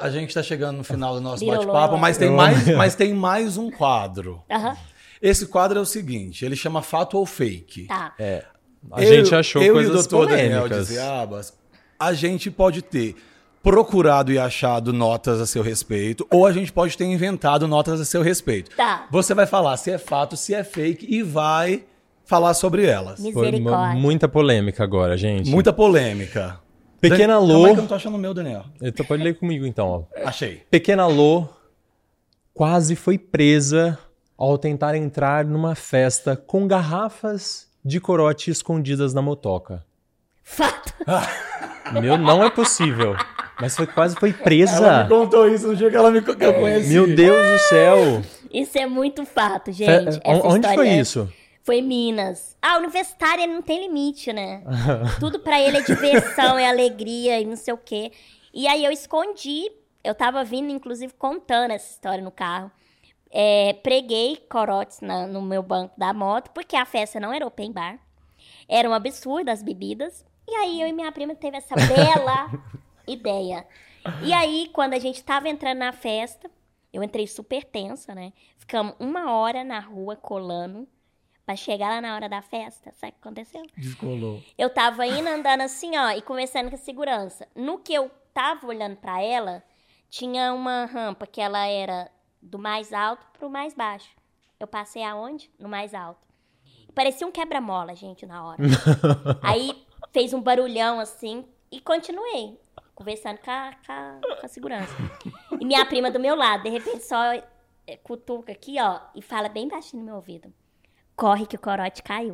A gente tá chegando no final do nosso Virou bate-papo, logo. mas tem mais um quadro. Aham. Esse quadro é o seguinte, ele chama Fato ou Fake. Tá. A gente achou eu coisas e o doutor Daniel polêmicas. Diziabas, a gente pode ter procurado e achado notas a seu respeito, ou a gente pode ter inventado notas a seu respeito. Tá. Você vai falar se é fato, se é fake e vai falar sobre elas. Foi Misericórdia. muita polêmica agora, gente. Muita polêmica. Pequena Calma Lô... aí que eu não tô achando o meu, Daniel. Então pode ler comigo, então. Ó. Achei. Pequena Lô quase foi presa ao tentar entrar numa festa com garrafas de corote escondidas na motoca. Fato. Meu, não é possível. Mas quase foi Ela presa. me contou isso no dia que que eu conheci. Meu Deus do céu. Isso é muito fato, gente. Essa Onde história foi é- isso? Foi em Minas. Ah, universitário ele não tem limite, né? Tudo pra ele é diversão, é alegria e não sei o quê. E aí eu escondi. Eu tava vindo, inclusive, contando essa história no carro. Preguei corotes no meu banco da moto, porque a festa não era open bar. Era um absurdo as bebidas. E aí eu e minha prima teve essa bela ideia. E aí, quando a gente tava entrando na festa, eu entrei super tensa, né? Ficamos 1 hora na rua colando pra chegar lá na hora da festa. Sabe o que aconteceu? Descolou. Eu tava indo andando assim, ó, e conversando com a segurança. No que eu tava olhando pra ela, tinha uma rampa que ela era do mais alto pro mais baixo. Eu passei aonde? No mais alto. Parecia um quebra-mola, gente, na hora. Aí fez um barulhão assim e continuei conversando com a segurança. E minha prima do meu lado, de repente só cutuca aqui, ó, e fala bem baixinho no meu ouvido. Corre que o corote caiu.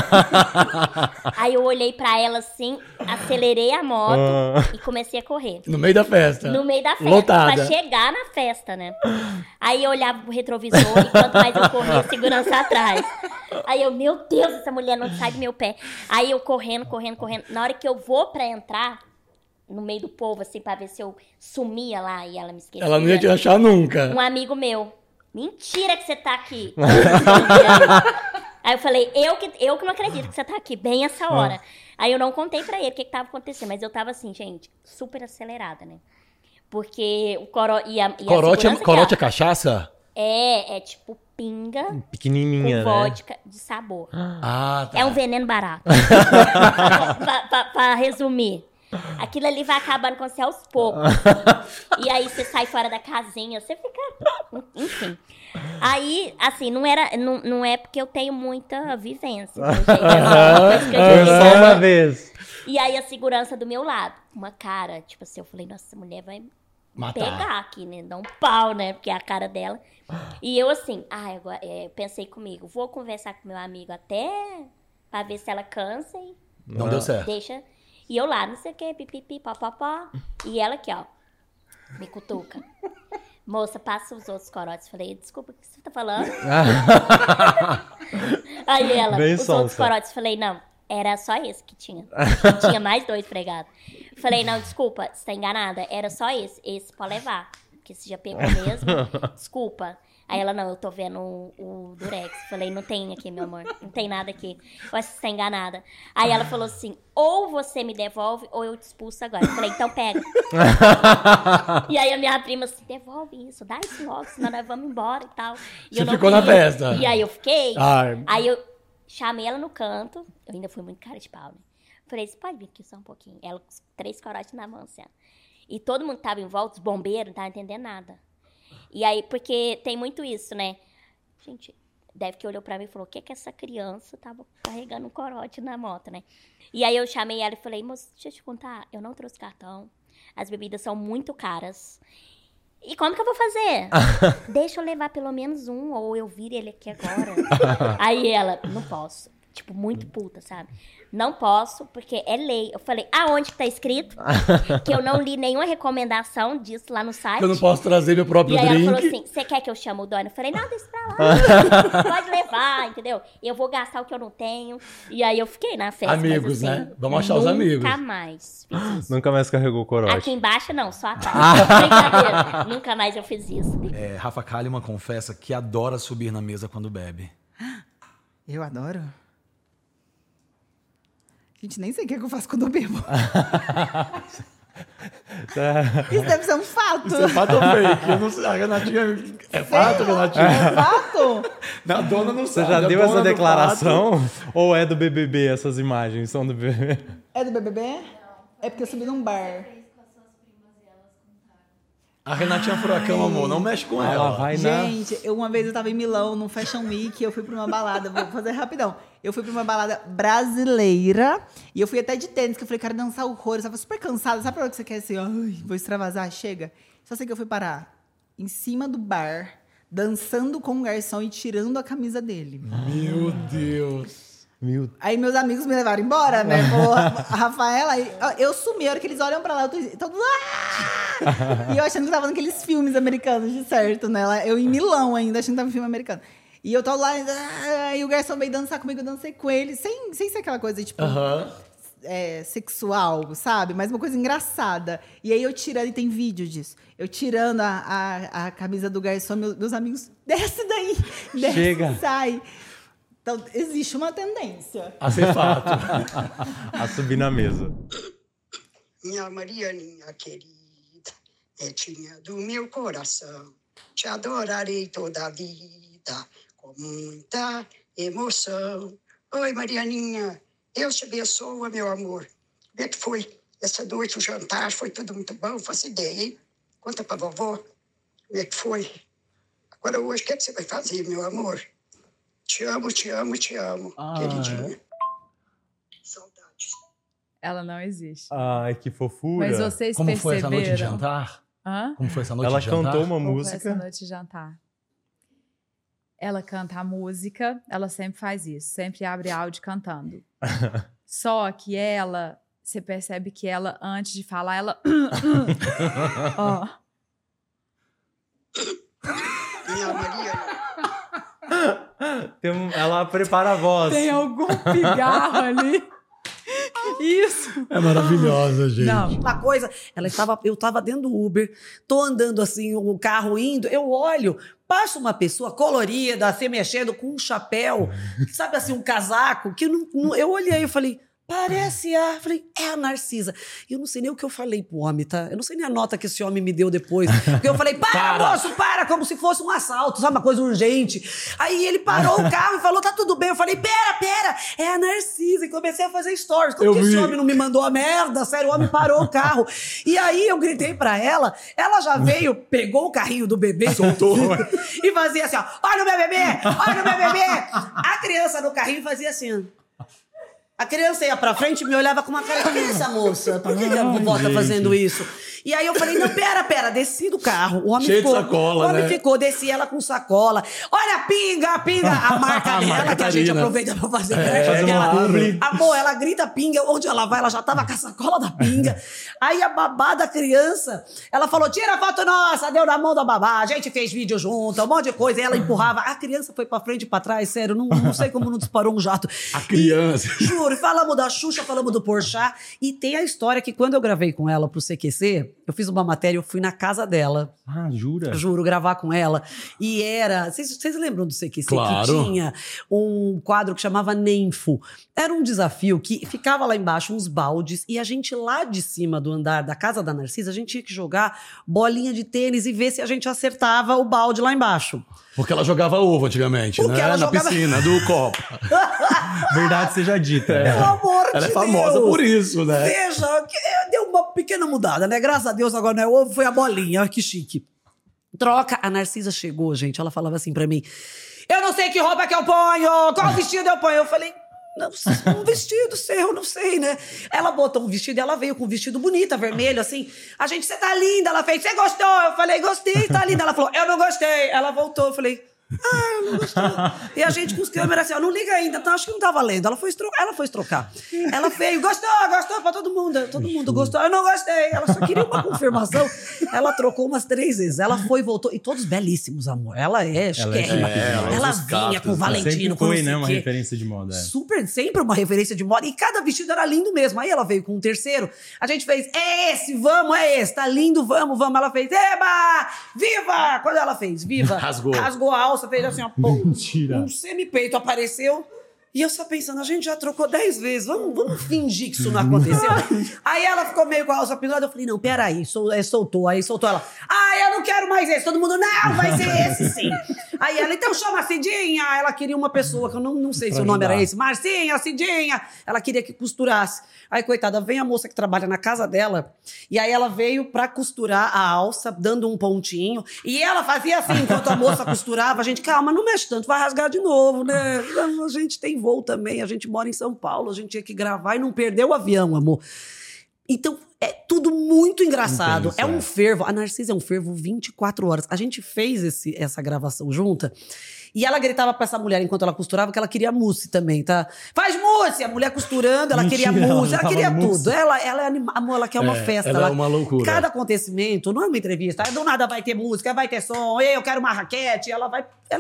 Aí eu olhei pra ela assim, acelerei a moto e comecei a correr. No meio da festa. No meio da festa. Lotada. Pra chegar na festa, né? Aí eu olhava pro retrovisor e quanto mais eu corria, segurança atrás. Aí eu, meu Deus, essa mulher não sai do meu pé. Aí eu correndo. Na hora que eu vou pra entrar, no meio do povo, assim, pra ver se eu sumia lá e ela me esquecia. Ela não ia te achar nunca. Um amigo meu. Mentira que você tá aqui. Aí eu falei, eu que não acredito que você tá aqui, bem essa hora. Aí eu não contei pra ele o que tava acontecendo, mas eu tava assim, gente, super acelerada, né? Porque o corote e a Corote é cachaça? é tipo pinga Pequenininha, com né? vodka de sabor. Ah, tá. É um veneno barato. pra resumir. Aquilo ali vai acabando com você aos poucos. E aí você sai fora da casinha, você fica... Enfim. Aí, assim, não é porque eu tenho muita vivência. Foi só uma vez. E aí a segurança do meu lado. Uma cara, tipo assim, eu falei, nossa, essa mulher vai Matar. pegar aqui, né? Dar um pau, né? Porque é a cara dela. E eu assim, agora, pensei comigo, vou conversar com meu amigo até pra ver se ela cansa e Não deu certo. deixa... E eu lá, não sei o que, pipipi, pó. E ela aqui, ó, me cutuca. Moça, passa os outros corotes. Falei, desculpa, o que você tá falando? Aí ela, Bem os sonsa. outros corotes. Falei, não, era só esse que tinha. Tinha mais 2 pregados. Falei, não, desculpa, você tá enganada. Era só esse pode levar. Porque você já pegou mesmo. Desculpa. Aí ela, não, eu tô vendo o Durex. Falei, não tem aqui, meu amor. Não tem nada aqui. Eu acho que você tá enganada. Aí ela falou assim, ou você me devolve, ou eu te expulso agora. Eu falei, então pega. E aí a minha prima assim, devolve isso, dá isso logo, senão nós vamos embora e tal. E Você eu não ficou na queria. festa? E aí eu fiquei. Ai. Aí eu chamei ela no canto. Eu ainda fui muito cara de pau, né? Falei, você pode vir aqui só um pouquinho. Ela com 3 corotes na mão, assim, ó. E todo mundo que tava em volta, os bombeiros, não tava entendendo nada. E aí, porque tem muito isso, né? Gente, deve que olhou pra mim e falou, o que que essa criança tava carregando um corote na moto, né? E aí eu chamei ela e falei, moça, deixa eu te contar, eu não trouxe cartão. As bebidas são muito caras. E como que eu vou fazer? Deixa eu levar pelo menos um, ou eu viro ele aqui agora. Aí ela, não posso. Tipo, muito puta, sabe? Não posso, porque é lei. Eu falei, aonde que tá escrito? Que eu não li nenhuma recomendação disso lá no site. Eu não posso trazer meu próprio E aí ela drink. falou assim, você quer que eu chame o dono? Eu falei, não, deixa pra lá. Pode levar, entendeu? Eu vou gastar o que eu não tenho. E aí eu fiquei na festa. Amigos, mas, assim, né? Vamos achar os amigos. Nunca mais fiz isso. Nunca mais carregou o corote. Aqui embaixo, não, só atrás. Brincadeira. Nunca mais eu fiz isso. Rafa Kalimann confessa que adora subir na mesa quando bebe. Eu adoro. Gente, nem sei o que eu faço quando eu bebo. Isso deve ser um fato. Isso é fato ou fake? Eu não sei. A Renatinha... É fato, Renatinha? É fato? A dona não Você sabe. já a deu dona essa do declaração? Ou é do BBB essas imagens? São do BBB? É do BBB? É porque eu subi num bar. A Renatinha Furacão, amor, não mexe com ela. Vai na... Gente, uma vez eu tava em Milão, no Fashion Week, eu fui pra uma balada, vou fazer rapidão. Eu fui pra uma balada brasileira, e eu fui até de tênis, que eu falei, quero dançar horrores, eu tava super cansada, sabe pra hora que você quer assim, ai, vou extravasar, chega. Só sei que eu fui parar em cima do bar, dançando com o garçom e tirando a camisa dele. Meu Deus. Aí meus amigos me levaram embora, né? Falou a Rafaela, aí, eu sumi, a hora que eles olham pra lá, eu tô todos... E eu achando que tava naqueles filmes americanos, de certo, né? Eu em Milão ainda, achando que tava em filme americano. E eu tô lá, e o garçom veio dançar comigo, eu dancei com ele, sem ser aquela coisa, tipo, sexual, sabe? Mas uma coisa engraçada. E aí eu tirando, e tem vídeo disso, eu tirando a camisa do garçom, meus amigos, desce daí, desce, Chega. sai. Então, existe uma tendência. A ser fato. A subir na mesa. Minha Marianinha querida, netinha do meu coração, te adorarei toda a vida, com muita emoção. Oi, Marianinha, Deus te abençoe, meu amor. Como é que foi essa noite, o jantar? Foi tudo muito bom? Faço ideia, hein? Conta pra vovó. Como é que foi? Agora hoje, o que é que você vai fazer, meu amor? Te amo, te amo, te amo, queridinha. Saudades. Ela não existe. Ai, que fofura. Mas vocês Como foi essa noite de perceberam? jantar? Hã? Como foi essa noite Ela de jantar? cantou uma Como foi essa música. noite de jantar? Ela canta a música, ela sempre faz isso, sempre abre áudio cantando. Só que ela, você percebe que ela, antes de falar, ela... Ó. Minha Marianinha. Ela prepara a voz. Tem algum pigarro ali. Isso. É maravilhosa, gente. Não. Uma coisa, eu estava dentro do Uber, tô andando assim, o carro indo, eu olho, passa uma pessoa colorida, se mexendo com um chapéu, sabe assim, um casaco, que eu olhei e falei, parece falei, é a Narcisa. E eu não sei nem o que eu falei pro homem, tá? Eu não sei nem a nota que esse homem me deu depois. Porque eu falei, para, moço, para, como se fosse um assalto, sabe, uma coisa urgente. Aí ele parou o carro e falou, tá tudo bem. Eu falei, pera, é a Narcisa. E comecei a fazer stories. Como que esse homem não me mandou a merda? Sério, o homem parou o carro. E aí eu gritei pra ela já veio, pegou o carrinho do bebê, soltou, e fazia assim, ó, olha o meu bebê, olha o meu bebê. A criança no carrinho fazia assim, ó. A criança ia pra frente e me olhava com uma cara, que é essa moça? Por que a vovó tá fazendo isso? E aí eu falei, não, pera, desci do carro. O homem Cheio ficou, de sacola, o homem né? ficou, desci ela com sacola. Olha a pinga, a marca dela, que a gente aproveita pra fazer. fazer uma publi. Amor, ela grita pinga, onde ela vai, ela já tava com a sacola da pinga. Aí a babá da criança, ela falou, tira a foto nossa, deu na mão da babá, a gente fez vídeo junto, um monte de coisa. E ela empurrava, a criança foi pra frente e pra trás, sério, não sei como não disparou um jato. A criança. Juro, falamos da Xuxa, falamos do Porchat. E tem a história que quando eu gravei com ela pro CQC, eu fiz uma matéria, eu fui na casa dela. Ah, jura? Juro, gravar com ela. E era... Vocês lembram do CQC? Claro. Que tinha um quadro que chamava Nenfo. Era um desafio que ficava lá embaixo uns baldes e a gente lá de cima do andar da casa da Narcisa, a gente tinha que jogar bolinha de tênis e ver se a gente acertava o balde lá embaixo. Porque ela jogava ovo antigamente, Porque né? ela Na jogava- piscina, do copo. Verdade seja dita. Pelo amor Ela de é famosa Deus. por isso, né? Veja, deu uma pequena mudada, né? Graças a Deus agora não é ovo, foi a bolinha. Olha que chique. Troca. A Narcisa chegou, gente. Ela falava assim pra mim: eu não sei que roupa que eu ponho, qual vestido eu ponho. Eu falei: não, um vestido seu, não sei, né? Ela botou um vestido e ela veio com um vestido bonita, vermelho, assim. A gente, você tá linda. Ela fez, você gostou? Eu falei, gostei, tá linda. Ela falou, eu não gostei. Ela voltou, eu falei, eu não gostei. E a gente com os câmeras assim, ó, não liga ainda, então acho que não tá valendo. Ela foi trocar. Ela veio, gostou pra todo mundo. Todo mundo gostou, eu não gostei. Ela só queria uma confirmação. Ela trocou umas 3 vezes. Ela foi e voltou. E todos belíssimos, amor. Ela é chiquérrima. Ela os vinha gatos, com o né? Valentino, Sempre com não foi, sei né? o Uma quê. referência de moda. Super, sempre uma referência de moda. E cada vestido era lindo mesmo. Aí ela veio com um terceiro. A gente fez, é esse, vamos, é esse. Tá lindo, vamos. Ela fez, eba, viva! Quando ela fez, viva. Rasgou. Rasgou a alça, fez assim, ó, pô, Mentira. um semi-peito apareceu. E eu só pensando, a gente já trocou 10 vezes, vamos fingir que isso não aconteceu. Aí ela ficou meio com a alça pendurada, eu falei, não, peraí, soltou. Aí soltou ela, eu não quero mais esse. Todo mundo, não, vai ser esse sim. Aí ela, então chama a Cidinha. Ela queria uma pessoa, que eu não sei se o nome era esse. Marcinha, Cidinha. Ela queria que costurasse. Aí, coitada, vem a moça que trabalha na casa dela, e aí ela veio pra costurar a alça, dando um pontinho, e ela fazia assim, enquanto a moça costurava, a gente, calma, não mexe tanto, vai rasgar de novo, né? A gente tem voo também, a gente mora em São Paulo, a gente tinha que gravar e não perdeu o avião, amor. Então, é tudo muito engraçado. Intenso, é um fervo. A Narcisa é um fervo 24 horas. A gente fez essa gravação junta. E ela gritava pra essa mulher, enquanto ela costurava, que ela queria mousse também, tá? Faz mousse! A mulher costurando, ela queria mousse, ela queria tudo. Ela é animada, amor, ela quer uma festa. Ela é uma loucura. Cada acontecimento, não é uma entrevista. Do nada vai ter música, vai ter som, eu quero uma raquete. Ela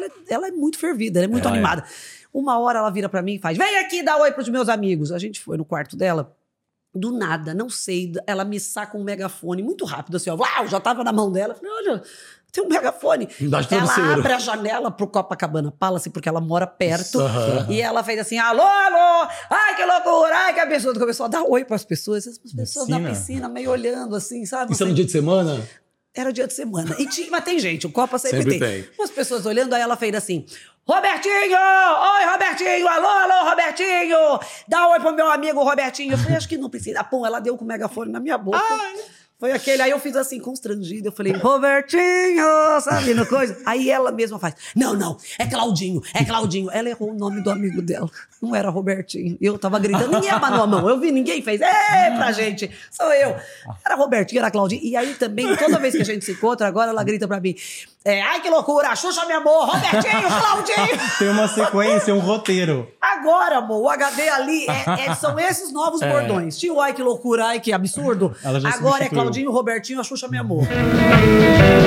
é muito fervida, ela é muito animada. Uma hora ela vira pra mim e faz, vem aqui dar oi pros meus amigos. A gente foi no quarto dela. Do nada, não sei, ela me saca um megafone muito rápido, assim, ó, uau, já tava na mão dela. Falei, olha, tem um megafone. Ela abre a janela pro Copacabana Palace, porque ela mora perto. E ela fez assim, alô, ai, que loucura, ai, que absurdo. Começou a dar oi pras pessoas, as pessoas na piscina, meio olhando assim, sabe? Isso é no dia de semana? Era dia de semana. Mas tem gente, o Copa sempre tem. Umas pessoas olhando, aí ela fez assim, Robertinho! Oi, Robertinho! Alô, Robertinho! Dá oi pro meu amigo Robertinho. Eu falei, acho que não precisa. Pô, ela deu com o megafone na minha boca. Foi aquele, aí eu fiz assim, constrangido. Eu falei, Robertinho, sabe, no coisa. Aí ela mesma faz, não, é Claudinho. Ela errou o nome do amigo dela. Não era Robertinho. Eu tava gritando, ninguém abanou a mão. Eu vi, ninguém fez, pra gente, sou eu. Era Robertinho, era Claudinho. E aí também, toda vez que a gente se encontra, agora ela grita pra mim, ai que loucura, a Xuxa me amou, Robertinho, Claudinho. Tem uma sequência, um roteiro. Agora, amor, o HD ali são esses novos bordões. Tinha o ai que loucura, ai que absurdo. Agora é Claudinho, Robertinho, a Xuxa me amou.